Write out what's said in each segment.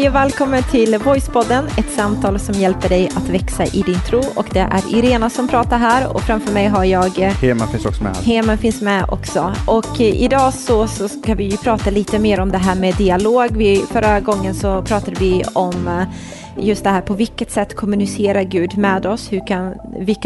Hej och välkommen till Voicepodden, ett samtal som hjälper dig att växa i din tro. Och det är Irena som pratar här och framför mig har jag... Heman finns också med här. Heman finns med också. Och idag så ska vi ju prata lite mer om det här med dialog. Förra gången så pratade vi om just det här, på vilket sätt kommunicerar Gud med oss? Vilka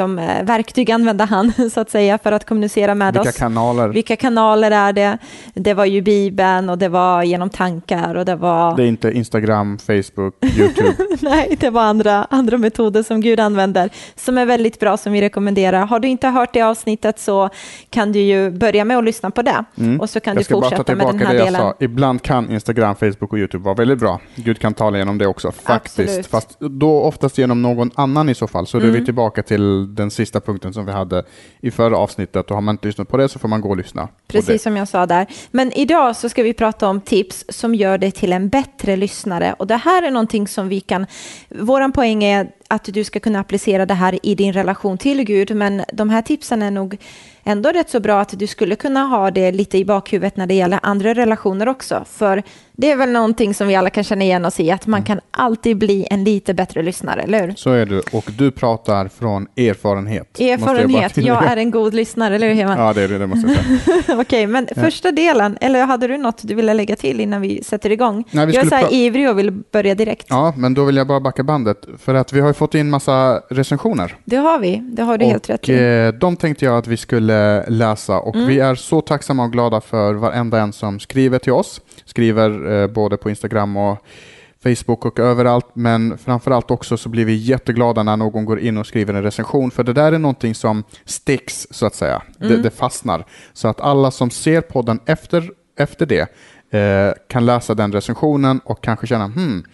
verktyg använder han så att säga för att kommunicera med oss? Vilka kanaler är det? Det var ju Bibeln och det var genom tankar och det var... Det är inte Instagram, Facebook, YouTube. Nej, det var andra metoder som Gud använder som är väldigt bra, som vi rekommenderar. Har du inte hört det avsnittet så kan du ju börja med att lyssna på det. Och så kan du fortsätta med den här delen. Ibland kan Instagram, Facebook och YouTube vara väldigt bra. Gud kan tala igenom det också. Faktiskt. Absolut. Fast då oftast genom någon annan i så fall. Så då är vi tillbaka till den sista punkten som vi hade i förra avsnittet. Och har man inte lyssnat på det så får man gå och lyssna. Precis som jag sa där. Men idag så ska vi prata om tips som gör dig till en bättre lyssnare. Och det här är någonting som vi kan... Våran poäng är att du ska kunna applicera det här i din relation till Gud. Men de här tipsen är nog ändå rätt så bra att du skulle kunna ha det lite i bakhuvudet när det gäller andra relationer också. För det är väl någonting som vi alla kan känna igen oss i, att man kan alltid bli en lite bättre lyssnare, eller hur? Så är du, och du pratar från erfarenhet. Jag är en god lyssnare, eller hur Heman? Ja, det är det måste jag säga. Okej, men första delen, eller hade du något du ville lägga till innan vi sätter igång? Nej, jag är så här ivrig och vill börja direkt. Ja, men då vill jag bara backa bandet, för att vi har fått in massa recensioner. Det har vi, det har du helt rätt i. De tänkte jag att vi skulle läsa, och vi är så tacksamma och glada för varenda en som skriver till oss. Skriver både på Instagram och Facebook och överallt, men framförallt också så blir vi jätteglada när någon går in och skriver en recension, för det där är någonting som sticks så att säga. Det fastnar. Så att alla som ser podden efter det kan läsa den recensionen och kanske känna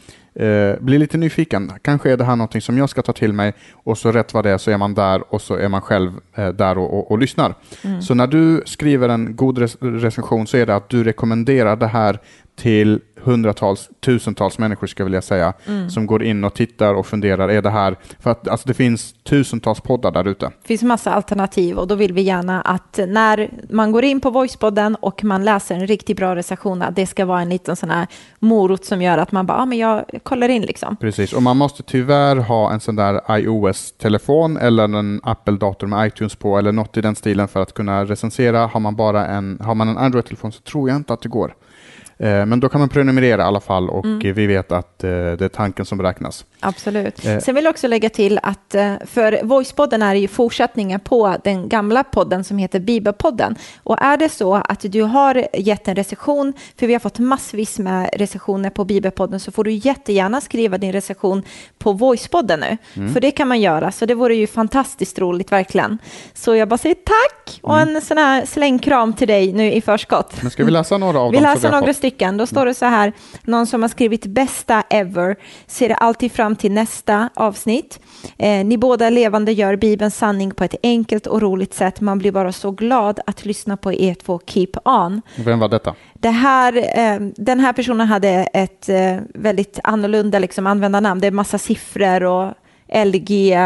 blir lite nyfiken. Kanske är det här någonting som jag ska ta till mig, och så rätt vad det är så är man där, och så är man själv där och lyssnar. Så när du skriver en god recension så är det att du rekommenderar det här till hundratals, tusentals människor ska jag vilja säga, som går in och tittar och funderar, är det här, för att alltså, det finns tusentals poddar där ute. Det finns massa alternativ, och då vill vi gärna att när man går in på Voicepodden och man läser en riktigt bra recension, att det ska vara en liten sån här morot som gör att man bara, men jag kollar in liksom. Precis, och man måste tyvärr ha en sån där iOS-telefon eller en Apple-dator med iTunes på eller något i den stilen för att kunna recensera. Har man en Android-telefon så tror jag inte att det går. Men då kan man prenumerera i alla fall, och vi vet att det är tanken som räknas. Absolut. Sen vill jag också lägga till att för Voicepodden är ju fortsättningen på den gamla podden som heter Bibelpodden. Och är det så att du har gett en recension, för vi har fått massvis med recensioner på Bibelpodden, så får du jättegärna skriva din recension på Voicepodden nu. För det kan man göra, så det vore ju fantastiskt roligt verkligen. Så jag bara säger tack och en sån här slängkram till dig nu i förskott. Men ska vi läsa några av dem? Vi läser några stycken. Då står det så här: någon som har skrivit bästa ever, ser alltid fram till nästa avsnitt. Ni båda levande gör Bibelns sanning på ett enkelt och roligt sätt. Man blir bara så glad att lyssna på er två. Keep on. Vem var detta? Den här personen hade ett väldigt annorlunda användarnamn. Det är massa siffror och LG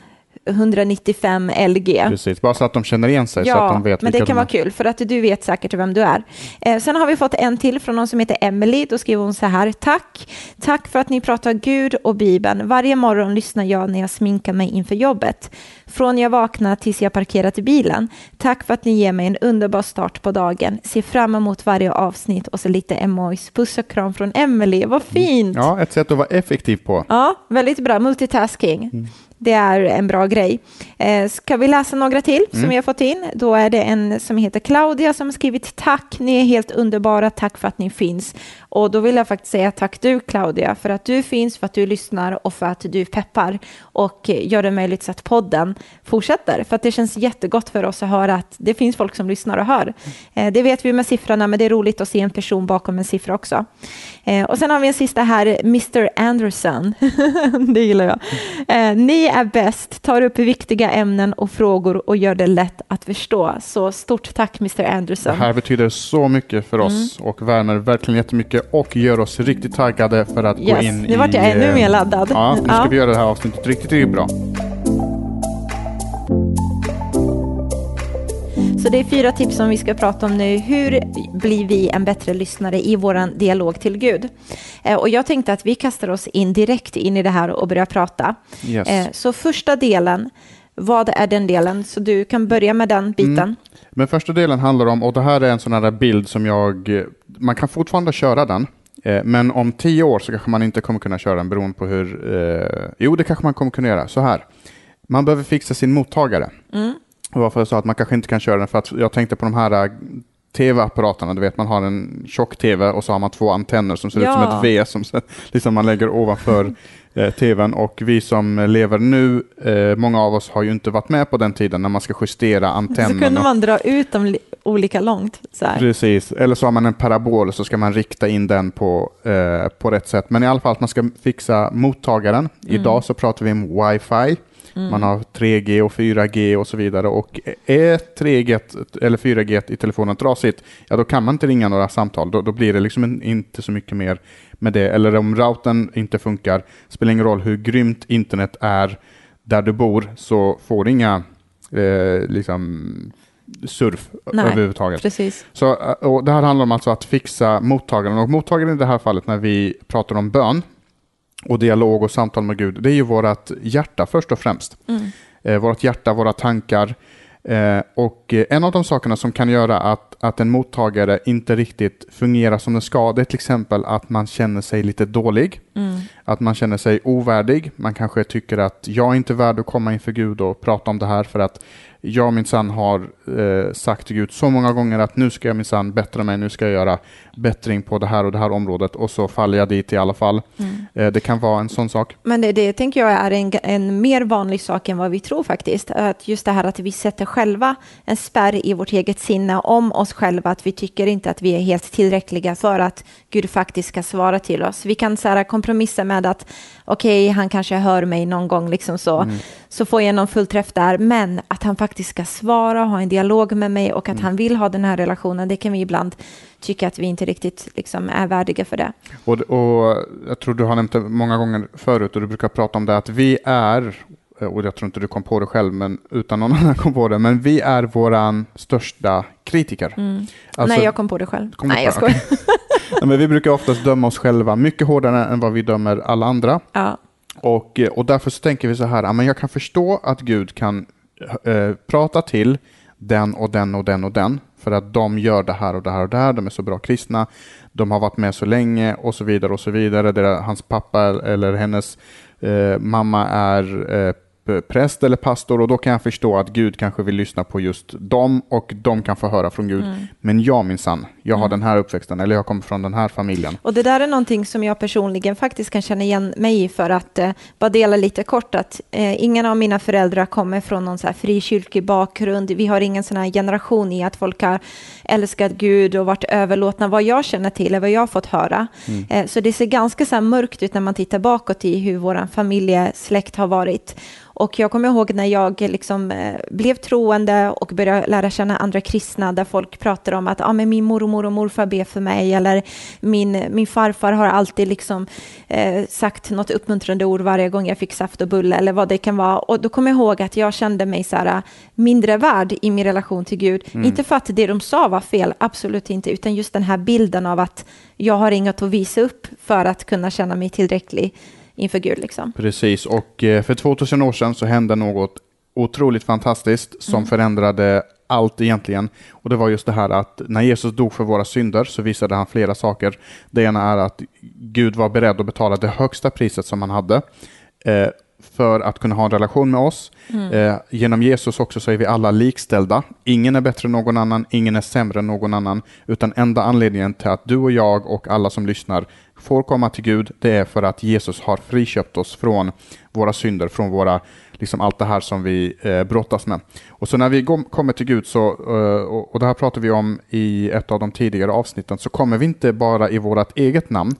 195 LG. Precis, bara så att de känner igen sig. Ja, så att de vet, men det kan vara kul för att du vet säkert vem du är. Sen har vi fått en till från någon som heter Emily. Då skriver hon så här: Tack för att ni pratar Gud och Bibeln. Varje morgon lyssnar jag när jag sminkar mig inför jobbet. Från jag vaknar tills jag parkerat i bilen. Tack för att ni ger mig en underbar start på dagen. Ser fram emot varje avsnitt, och så lite emojis. Puss och kram från Emily. Vad fint! Ja, ett sätt att vara effektiv på. Ja, väldigt bra. Multitasking. Det är en bra grej. Ska vi läsa några till som vi har fått in? Då är det en som heter Claudia som har skrivit: tack, ni är helt underbara, tack för att ni finns. Och då vill jag faktiskt säga tack du Claudia, för att du finns, för att du lyssnar och för att du peppar och gör det möjligt så att podden fortsätter. För att det känns jättegott för oss att höra att det finns folk som lyssnar och hör. Det vet vi med siffrorna, men det är roligt att se en person bakom en siffra också. Och sen har vi en sista här, Mr. Anderson. Det gillar jag. Ni är bäst, tar upp viktiga ämnen och frågor och gör det lätt att förstå. Så stort tack Mr. Anderson. Det här betyder så mycket för oss och värmer verkligen jättemycket och gör oss riktigt taggade för att gå in nu vart jag ännu mer laddad. Ja, nu ska vi göra det här avsnittet riktigt bra. Så det är 4 tips som vi ska prata om nu. Hur blir vi en bättre lyssnare i vår dialog till Gud? Och jag tänkte att vi kastar oss in direkt in i det här och börjar prata. Yes. Så första delen, vad är den delen? Så du kan börja med den biten. Men första delen handlar om, och det här är en sån här bild som man kan fortfarande köra den. Men om 10 år så kanske man inte kommer kunna köra den beroende på hur... Jo, det kanske man kommer kunna göra. Så här. Man behöver fixa sin mottagare. Varför jag sa att man kanske inte kan köra den, för att jag tänkte på de här tv-apparaterna. Du vet, man har en tjock tv och så har man 2 antenner som ser ut som ett V som liksom man lägger ovanför tvn. Och vi som lever nu, många av oss har ju inte varit med på den tiden när man ska justera antennerna. Så kunde man dra ut dem olika långt. Så här. Precis, eller så har man en parabol så ska man rikta in den på rätt sätt. Men i alla fall att man ska fixa mottagaren. Idag så pratar vi om wifi. Man har 3G och 4G och så vidare. Och är 3G eller 4G i telefonen trasigt, ja då kan man inte ringa några samtal. Då blir det liksom inte så mycket mer med det. Eller om routern inte funkar, spelar ingen roll hur grymt internet är där du bor, så får du inga surf överhuvudtaget. Precis. Så, och det här handlar om alltså att fixa mottagaren. Och mottagaren i det här fallet när vi pratar om bön och dialog och samtal med Gud, det är ju vårat hjärta först och främst. Vårat hjärta, våra tankar. Och en av de sakerna som kan göra att en mottagare inte riktigt fungerar som den ska, det är till exempel att man känner sig lite dålig. Att man känner sig ovärdig. Man kanske tycker att jag är inte värd att komma inför Gud och prata om det här, för att jag minsann har sagt till Gud så många gånger att nu ska jag minsann bättra mig, nu ska jag göra bättring på det här och det här området, och så faller jag dit i alla fall. Det kan vara en sån sak. Men det tänker jag är en mer vanlig sak än vad vi tror faktiskt. Att just det här att vi sätter själva en spärr i vårt eget sinne om oss själva, att vi tycker inte att vi är helt tillräckliga för att Gud faktiskt ska svara till oss. Vi kan så här kompromissa med att okej, han kanske hör mig någon gång liksom så får jag någon fullträff där, men att han faktiskt ska svara, ha en dialog med mig och att han vill ha den här relationen, det kan vi ibland tycka att vi inte riktigt liksom är värdiga för det. Och jag tror du har nämnt det många gånger förut, och du brukar prata om det att vi är, och jag tror inte du kom på det själv, men utan någon annan kom på det, men vi är våran största kritiker. Alltså, nej, jag kom på det själv. Nej, jag skojar. Ja, men vi brukar oftast döma oss själva mycket hårdare än vad vi dömer alla andra. Ja. Och därför så tänker vi så här, men jag kan förstå att Gud kan prata till den och den och den och den, för att de gör det här och det här och det här, de är så bra kristna, de har varit med så länge och så vidare och så vidare. Hans pappa eller hennes mamma är präst eller pastor, och då kan jag förstå att Gud kanske vill lyssna på just dem och de kan få höra från Gud. Men jag minsann, jag har den här uppväxten, eller jag kommer från den här familjen. Och det där är någonting som jag personligen faktiskt kan känna igen mig i, för att bara dela lite kort att ingen av mina föräldrar kommer från någon så här frikyrklig bakgrund. Vi har ingen sån här generation i att folk har älskat Gud och varit överlåtna, vad jag känner till eller vad jag har fått höra. Så det ser ganska så här mörkt ut när man tittar bakåt i hur vår familjesläkt har varit. Och jag kommer ihåg när jag liksom blev troende och började lära känna andra kristna, där folk pratar om att men min mormor och morfar ber för mig, eller min farfar har alltid liksom sagt något uppmuntrande ord varje gång jag fick saft och bulle eller vad det kan vara. Och då kommer jag ihåg att jag kände mig så här mindre värd i min relation till Gud. Inte för att det de sa var fel, absolut inte, utan just den här bilden av att jag har inget att visa upp för att kunna känna mig tillräcklig inför Gud liksom. Precis, och för 2000 år sedan så hände något otroligt fantastiskt som förändrade allt egentligen. Och det var just det här att när Jesus dog för våra synder så visade han flera saker. Det ena är att Gud var beredd att betala det högsta priset som han hade för att kunna ha en relation med oss. Genom Jesus också så är vi alla likställda. Ingen är bättre än någon annan, ingen är sämre än någon annan, utan enda anledningen till att du och jag och alla som lyssnar får komma till Gud, det är för att Jesus har friköpt oss från våra synder, från våra, liksom allt det här som vi brottas med. Och så när vi kommer till Gud, så, och det här pratar vi om i ett av de tidigare avsnitten, så kommer vi inte bara i vårat eget namn.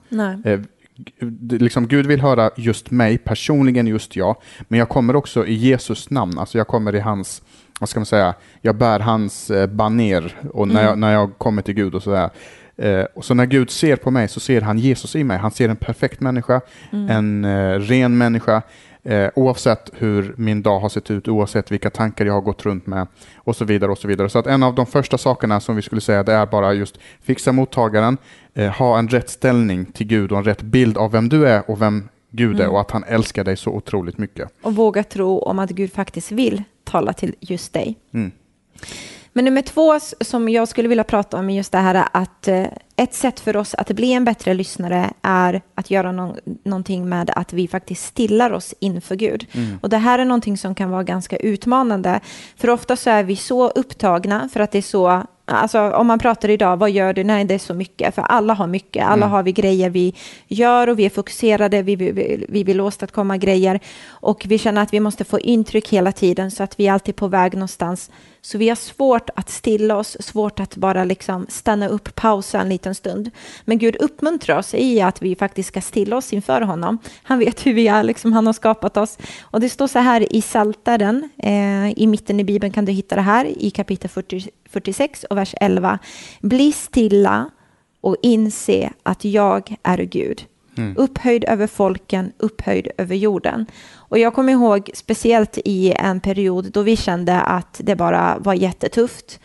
Liksom Gud vill höra just mig, personligen just jag, men jag kommer också i Jesus namn, alltså jag kommer i hans, vad ska man säga, jag bär hans baner och när jag kommer till Gud och sådär. Och så när Gud ser på mig så ser han Jesus i mig. Han ser en perfekt människa, en ren människa, Oavsett hur min dag har sett ut, oavsett vilka tankar jag har gått runt med och så vidare och så vidare. Så att en av de första sakerna som vi skulle säga, det är bara just fixa mottagaren, ha en rätt ställning till Gud och en rätt bild av vem du är och vem Gud är och att han älskar dig så otroligt mycket. Och våga tro om att Gud faktiskt vill tala till just dig. Mm. Men nummer 2 som jag skulle vilja prata om är just det här att ett sätt för oss att bli en bättre lyssnare är att göra någonting med att vi faktiskt stillar oss inför Gud. Och det här är någonting som kan vara ganska utmanande. För ofta så är vi så upptagna för att det är så, alltså om man pratar idag, vad gör du? Nej, det är så mycket. För alla har mycket. Alla har vi grejer vi gör och vi är fokuserade. Vi vill åstadkomma grejer. Och vi känner att vi måste få intryck hela tiden så att vi är alltid på väg någonstans. Så vi har svårt att stilla oss, svårt att bara liksom stanna upp, pausa en liten stund. Men Gud uppmuntrar oss i att vi faktiskt ska stilla oss inför honom. Han vet hur vi är, liksom, han har skapat oss. Och det står så här i Psaltaren, i mitten i Bibeln kan du hitta det här, i kapitel 46 och vers 11. Bli stilla och inse att jag är Gud. Upphöjd över folken, upphöjd över jorden. Och jag kommer ihåg speciellt i en period då vi kände att det bara var jättetufft.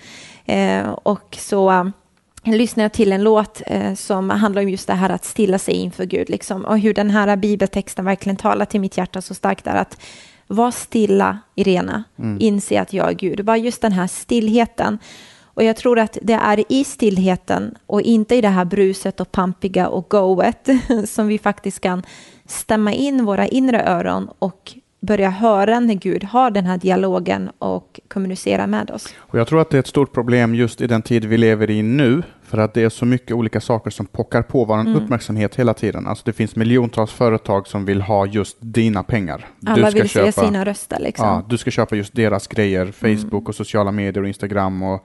Och så lyssnade jag till en låt som handlar om just det här att stilla sig inför Gud. Liksom, och hur den här bibeltexten verkligen talar till mitt hjärta så starkt där att var stilla, Irena. Inse att jag är Gud. Bara just den här stillheten. Och jag tror att det är i stillheten och inte i det här bruset och pampiga och goet som vi faktiskt kan stämma in våra inre öron och börja höra när Gud har den här dialogen och kommunicera med oss. Och jag tror att det är ett stort problem just i den tid vi lever i nu, för att det är så mycket olika saker som pockar på vår uppmärksamhet hela tiden. Alltså det finns miljontals företag som vill ha just dina pengar. Alla vill se sina röster liksom. Ja, du ska köpa just deras grejer, Facebook och sociala medier och Instagram och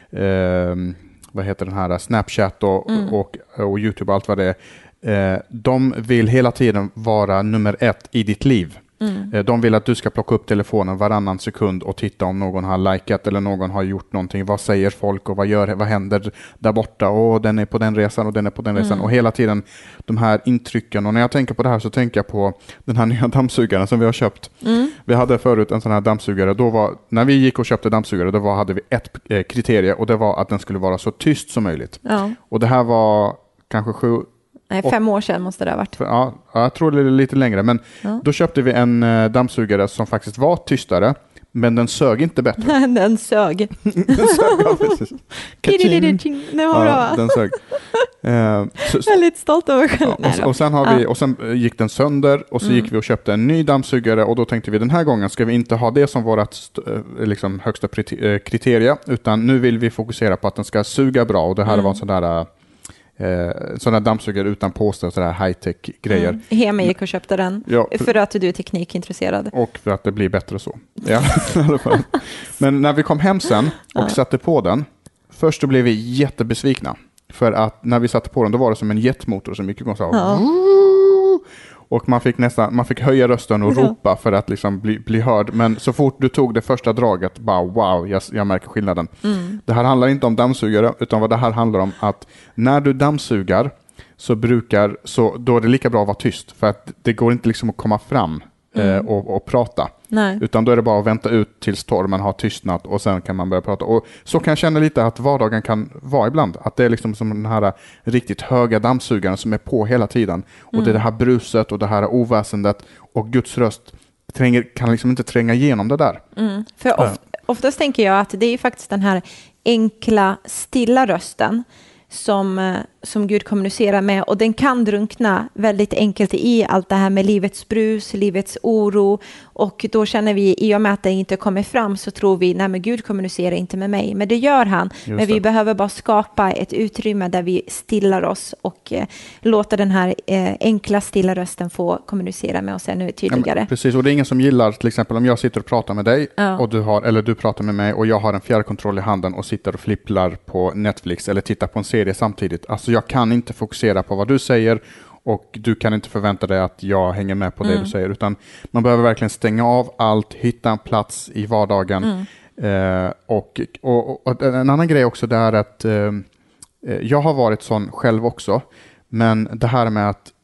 vad heter den här, Snapchat och YouTube och allt vad det är. De vill hela tiden vara nummer 1 i ditt liv. De vill att du ska plocka upp telefonen varannan sekund och titta om någon har likat eller någon har gjort någonting. Vad säger folk och vad händer där borta? Och den är på den resan och den är på den resan. Och hela tiden de här intrycken. Och när jag tänker på det här så tänker jag på den här nya dammsugaren som vi har köpt. Vi hade förut en sån här dammsugare. När vi gick och köpte dammsugare då hade vi ett kriterie och det var att den skulle vara så tyst som möjligt. Ja. Och det här var kanske 5 år sedan måste det ha varit. Ja, jag tror det är lite längre. Men då köpte vi en dammsugare som faktiskt var tystare. Men den sög inte bättre. Den sög. Den sög, ja, precis. Det var bra. Den sög. Jag är lite stolt över själv. Och sen gick den sönder. Och så gick vi och köpte en ny dammsugare. Och då tänkte vi den här gången ska vi inte ha det som vårt liksom, högsta kriteria. Utan nu vill vi fokusera på att den ska suga bra. Och det här var en sån där... sådana dammsugare utan påstå och sådär high-tech grejer. Hema gick och köpte den för att du är teknikintresserad. Och för att det blir bättre så. Ja. Men när vi kom hem sen och satte på den, först då blev vi jättebesvikna. För att när vi satte på den då var det som en jetmotor som gick igång så här. Och man fick höja rösten och ropa för att liksom bli hörd. Men så fort du tog det första draget, bara wow, jag märker skillnaden. Det här handlar inte om dammsugare, utan vad det här handlar om att när du dammsugar så då är det lika bra att vara tyst. För att det går inte liksom att komma fram och prata. Nej. Utan då är det bara att vänta ut tills stormen har tystnat och sen kan man börja prata. Och så kan jag känna lite att vardagen kan vara ibland. Att det är liksom som den här riktigt höga dammsugaren som är på hela tiden. Och det är det här bruset och det här oväsendet och Guds röst kan liksom inte tränga igenom det där. För oftast tänker jag att det är faktiskt den här enkla, stilla rösten som Gud kommunicerar med, och den kan drunkna väldigt enkelt i allt det här med livets brus, livets oro, och då känner vi, i och med att det inte kommer fram så tror vi, nej men Gud kommunicerar inte med mig, men det gör han. Men vi behöver bara skapa ett utrymme där vi stillar oss och låter den här enkla stilla rösten få kommunicera med oss ännu tydligare. Ja, precis, och det är ingen som gillar till exempel om jag sitter och pratar med dig och du pratar med mig och jag har en fjärrkontroll i handen och sitter och flipplar på Netflix eller tittar på en serie samtidigt. Alltså jag kan inte fokusera på vad du säger och du kan inte förvänta dig att jag hänger med på det du säger, utan man behöver verkligen stänga av allt, hitta en plats i vardagen. Och en annan grej också där att jag har varit sån själv också, men det här med att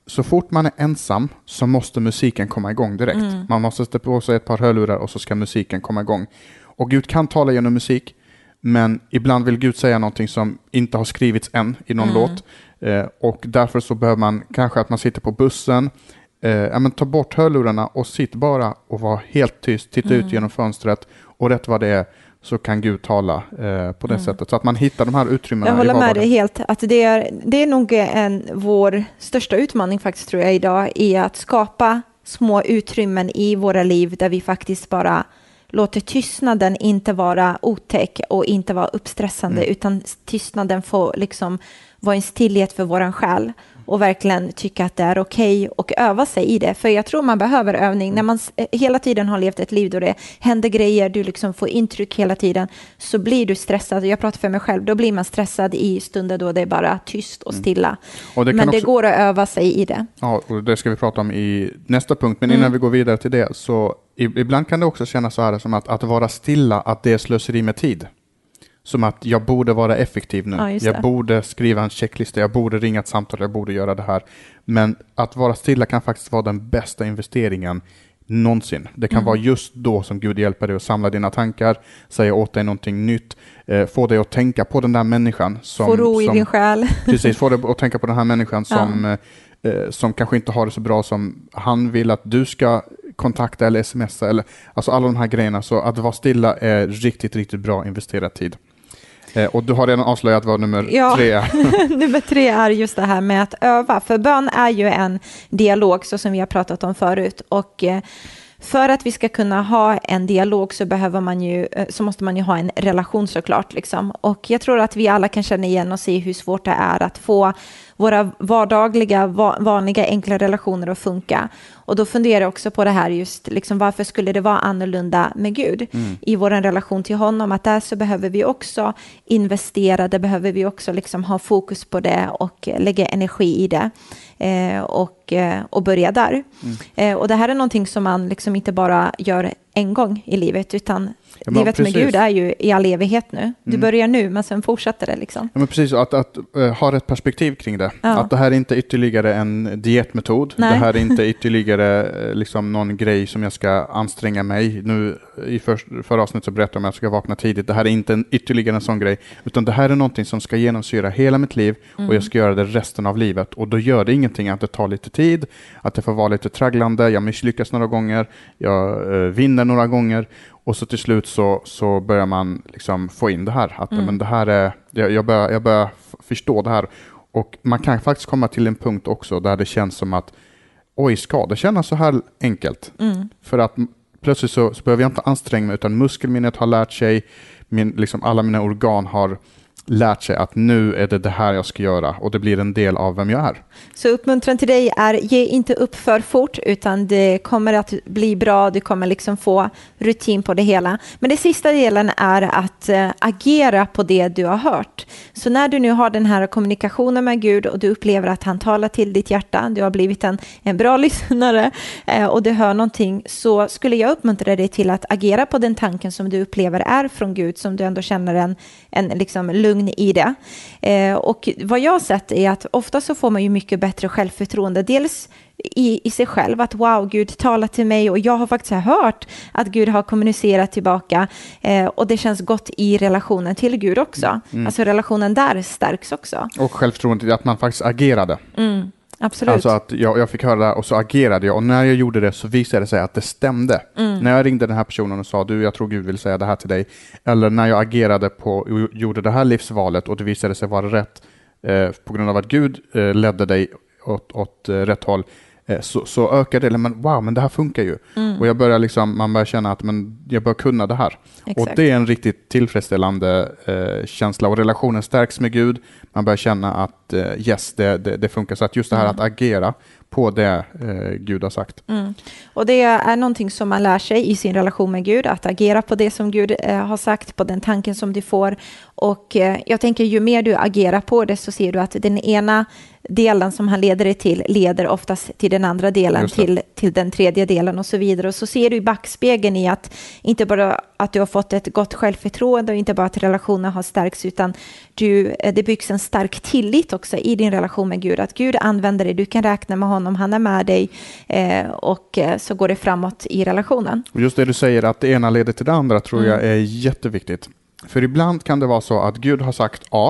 så fort man är ensam så måste musiken komma igång direkt. Man måste sätta på sig ett par hörlurar och så ska musiken komma igång. Och Gud kan tala genom musik, men ibland vill Gud säga någonting som inte har skrivits än i någon låt. Och därför så behöver man kanske att man sitter på bussen, ta bort hörlurarna och sitt bara och vara helt tyst, titta ut genom fönstret, och rätt vad det är så kan Gud tala på det sättet. Så att man hittar de här utrymmena. Jag håller med dig helt. Att det är nog vår största utmaning faktiskt, tror jag, idag, i att skapa små utrymmen i våra liv där vi faktiskt bara låter tystnaden inte vara otäck och inte vara uppstressande, utan tystnaden får liksom vara en stillhet för våran själ och verkligen tycka att det är okej och öva sig i det. För jag tror man behöver övning. När man hela tiden har levt ett liv då det händer grejer, du liksom får intryck hela tiden, så blir du stressad. Jag pratar för mig själv, då blir man stressad i stunder då det är bara tyst och stilla. Och det går att öva sig i det. Ja, och det ska vi prata om i nästa punkt. Men innan vi går vidare till det, så ibland kan det också kännas så här som att vara stilla, att det är slöseri med tid. Som att jag borde vara effektiv nu. Ja, jag borde skriva en checklista, jag borde ringa ett samtal, jag borde göra det här. Men att vara stilla kan faktiskt vara den bästa investeringen någonsin. Det kan vara just då som Gud hjälper dig att samla dina tankar, säga åt dig någonting nytt, få dig att tänka på den där människan. Få ro i din själ. Precis, få dig att tänka på den här människan som kanske inte har det så bra som han vill att du ska kontakta eller smsa. Alltså alla de här grejerna. Så att vara stilla är riktigt, riktigt bra investerad tid. Och du har redan avslöjat vad nummer 3 är. Nummer 3 är just det här med att öva. För bön är ju en dialog, så som vi har pratat om förut. Och för att vi ska kunna ha en dialog så måste man ju ha en relation såklart. Liksom. Och jag tror att vi alla kan känna igen och se hur svårt det är att få våra vardagliga, vanliga, enkla relationer att funka. Och då funderar jag också på det här just, liksom, varför skulle det vara annorlunda med Gud i vår relation till honom? Att där så behöver vi också investera, där behöver vi också liksom ha fokus på det och lägga energi i det och börja där. Och det här är någonting som man liksom inte bara gör en gång i livet, utan livet med Gud är ju i all evighet nu. Du börjar nu, men sen fortsätter det liksom. Ja, men precis, att ha ett perspektiv kring det. Ja. Att det här är inte ytterligare en dietmetod. Nej. Det här är inte ytterligare liksom någon grej som jag ska anstränga mig. Nu i förra avsnittet så berättade jag om att jag ska vakna tidigt. Det här är inte ytterligare en sån grej. Utan det här är någonting som ska genomsyra hela mitt liv. Och jag ska göra det resten av livet. Och då gör det ingenting att det tar lite tid. Att det får vara lite tragglande. Jag misslyckas några gånger. Jag vinner några gånger. Och så till slut så börjar man liksom få in det här. Att men det här är, jag börjar förstå det här. Och man kan faktiskt komma till en punkt också där det känns som att ska det kännas så här enkelt? För att plötsligt så behöver jag inte anstränga mig, utan muskelminnet har lärt sig, alla mina organ har lärt sig att nu är det här jag ska göra, och det blir en del av vem jag är. Så uppmuntran till dig är: ge inte upp för fort, utan det kommer att bli bra, du kommer liksom få rutin på det hela. Men det sista delen är att agera på det du har hört. Så när du nu har den här kommunikationen med Gud och du upplever att han talar till ditt hjärta, du har blivit en bra lyssnare och du hör någonting, så skulle jag uppmuntra dig till att agera på den tanken som du upplever är från Gud, som du ändå känner en liksom lugn i det. Och vad jag har sett är att ofta så får man ju mycket bättre självförtroende. Dels i sig själv, att wow, Gud talar till mig, och jag har faktiskt hört att Gud har kommunicerat tillbaka, och det känns gott i relationen till Gud också. Alltså relationen där stärks också. Och självförtroende att man faktiskt agerade. Absolut. Alltså att jag fick höra det och så agerade jag, och när jag gjorde det så visade det sig att det stämde. När jag ringde den här personen och sa: du, jag tror Gud vill säga det här till dig, eller när jag agerade på och gjorde det här livsvalet och det visade sig vara rätt på grund av att Gud ledde dig åt rätt håll, så ökade det. Men wow, men det här funkar ju. Och jag börjar man börjar känna att jag bör kunna det här. Exakt. Och det är en riktigt tillfredsställande känsla, och relationen stärks med Gud. Man börjar känna att yes, det funkar. Så att just det här att agera på det Gud har sagt. Och det är någonting som man lär sig i sin relation med Gud, att agera på det som Gud har sagt, på den tanken som du får. Och jag tänker, ju mer du agerar på det, så ser du att den ena delen som han leder dig till leder oftast till den andra delen, till den tredje delen och så vidare. Och så ser du i backspegeln i att inte bara att du har fått ett gott självförtroende och inte bara att relationen har stärkts, utan det byggs en stark tillit också i din relation med Gud. Att Gud använder dig, du kan räkna med honom honom, han är med dig och så går det framåt i relationen. Och just det du säger att det ena leder till det andra tror jag är jätteviktigt. För ibland kan det vara så att Gud har sagt A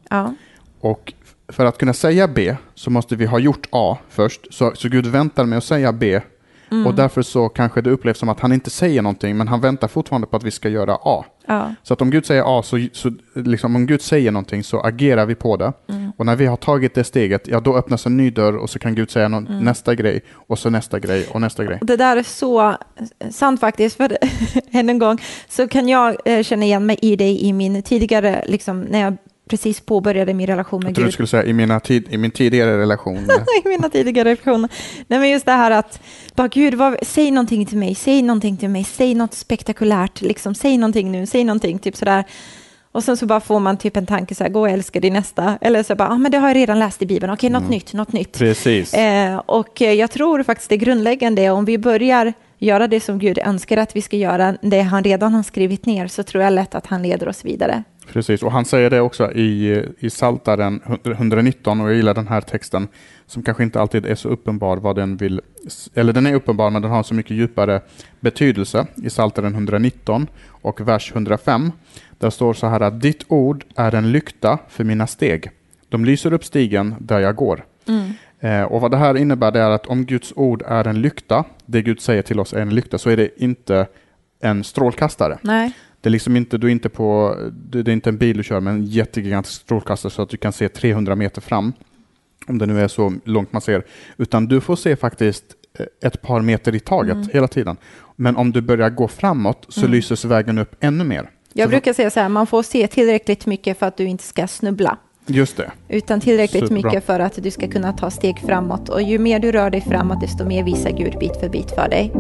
och för att kunna säga B så måste vi ha gjort A först. Så Gud väntar med att säga B. Och därför så kanske det upplevs som att han inte säger någonting, men han väntar fortfarande på att vi ska göra A. Så att om Gud säger A, så liksom, om Gud säger någonting så agerar vi på det. Och när vi har tagit det steget, ja då öppnas en ny dörr och så kan Gud säga nästa grej och så nästa grej och nästa grej. Det där är så sant faktiskt, för än en gång så kan jag känna igen mig i dig i min tidigare, liksom, när jag precis påbörjade min relation med Gud. Jag tror du skulle säga i min tidigare relation. I mina tidigare relationer. Nej, men just det här att bara Gud, säg någonting till mig, säg något spektakulärt, liksom, säg någonting nu, säg någonting, typ sådär. Och sen så bara får man typ en tanke så här, gå och älska din nästa. Eller så bara, men det har jag redan läst i Bibeln. Okej, något nytt. Precis. Och jag tror faktiskt det grundläggande, om vi börjar göra det som Gud önskar att vi ska göra, det han redan har skrivit ner, så tror jag lätt att han leder oss vidare. Precis, och han säger det också i Psaltaren 119, och jag gillar den här texten som kanske inte alltid är så uppenbar vad den vill, eller den är uppenbar men den har så mycket djupare betydelse. I Psaltaren 119 och vers 105, där står så här att ditt ord är en lykta för mina steg. De lyser upp stigen där jag går. Och vad det här innebär, det är att om Guds ord är en lykta, det Gud säger till oss är en lykta, så är det inte en strålkastare. Nej. Det är liksom inte, det är inte en bil du kör med en jättegigantisk strålkastare så att du kan se 300 meter fram, om det nu är så långt man ser, utan du får se faktiskt ett par meter i taget hela tiden. Men om du börjar gå framåt så lyses vägen upp ännu mer. Jag brukar säga så här, man får se tillräckligt mycket för att du inte ska snubbla. Just det. Utan tillräckligt mycket för att du ska kunna ta steg framåt. Och ju mer du rör dig framåt, desto mer visar Gud bit för bit för dig.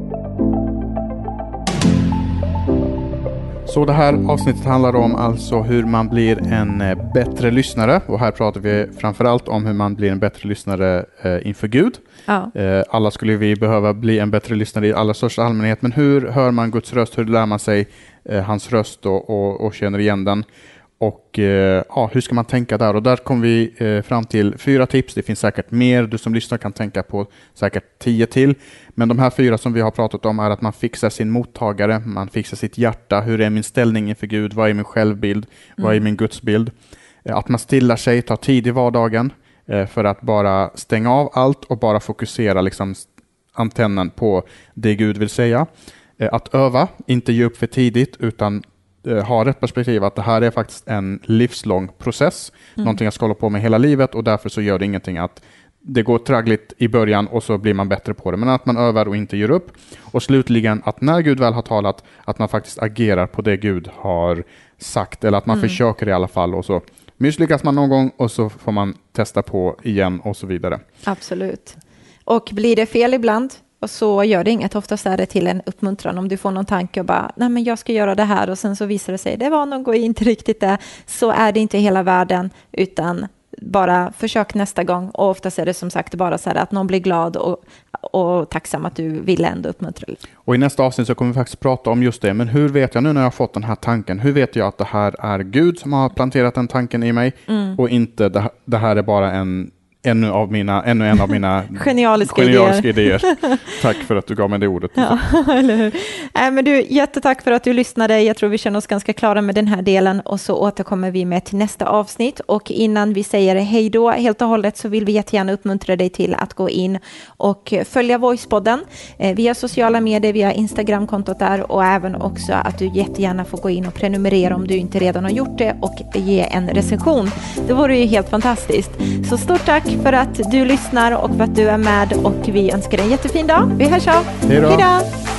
Så det här avsnittet handlar om alltså hur man blir en bättre lyssnare. Och här pratar vi framförallt om hur man blir en bättre lyssnare inför Gud. Ja. Alla skulle vi behöva bli en bättre lyssnare i allra största allmänhet. Men hur hör man Guds röst? Hur lär man sig hans röst och känner igen den? Och hur ska man tänka där? Och där kom vi fram till 4 tips. Det finns säkert mer. Du som lyssnar kan tänka på säkert 10 till. Men de här 4 som vi har pratat om är att man fixar sin mottagare. Man fixar sitt hjärta. Hur är min ställning inför Gud? Vad är min självbild? Vad är min gudsbild? Att man stillar sig, tar tid i vardagen för att bara stänga av allt och bara fokusera liksom antennen på det Gud vill säga. Att öva, inte ge upp för tidigt utan ha rätt perspektiv att det här är faktiskt en livslång process. Någonting jag ska hålla på med hela livet och därför så gör det ingenting att det går traggligt i början och så blir man bättre på det. Men att man övar och inte ger upp. Och slutligen att när Gud väl har talat att man faktiskt agerar på det Gud har sagt. Eller att man försöker i alla fall och så misslyckas man någon gång och så får man testa på igen och så vidare. Absolut. Och blir det fel ibland och så gör det inget. Oftast är det till en uppmuntran om du får någon tanke och bara, nej men jag ska göra det här och sen så visar det sig, det var nog inte riktigt det. Så är det inte hela världen utan bara försök nästa gång. Och oftast är det som sagt bara så här att någon blir glad och tacksam att du vill ändå uppmuntra. Och i nästa avsnitt så kommer vi faktiskt prata om just det. Men hur vet jag nu när jag har fått den här tanken? Hur vet jag att det här är Gud som har planterat den tanken i mig? Och inte det här är bara ännu en av mina genialiska idéer. Tack för att du gav mig det ordet. Ja, eller hur? Men du, jättetack för att du lyssnade. Jag tror vi känner oss ganska klara med den här delen och så återkommer vi med till nästa avsnitt. Och innan vi säger hej då helt och hållet så vill vi jättegärna uppmuntra dig till att gå in och följa Voicepodden via sociala medier, via Instagramkontot där och även också att du jättegärna får gå in och prenumerera om du inte redan har gjort det och ge en recension. Det vore ju helt fantastiskt. Så stort tack för att du lyssnar och för att du är med och vi önskar dig en jättefin dag. Vi hörs av. Hej då. Hej då.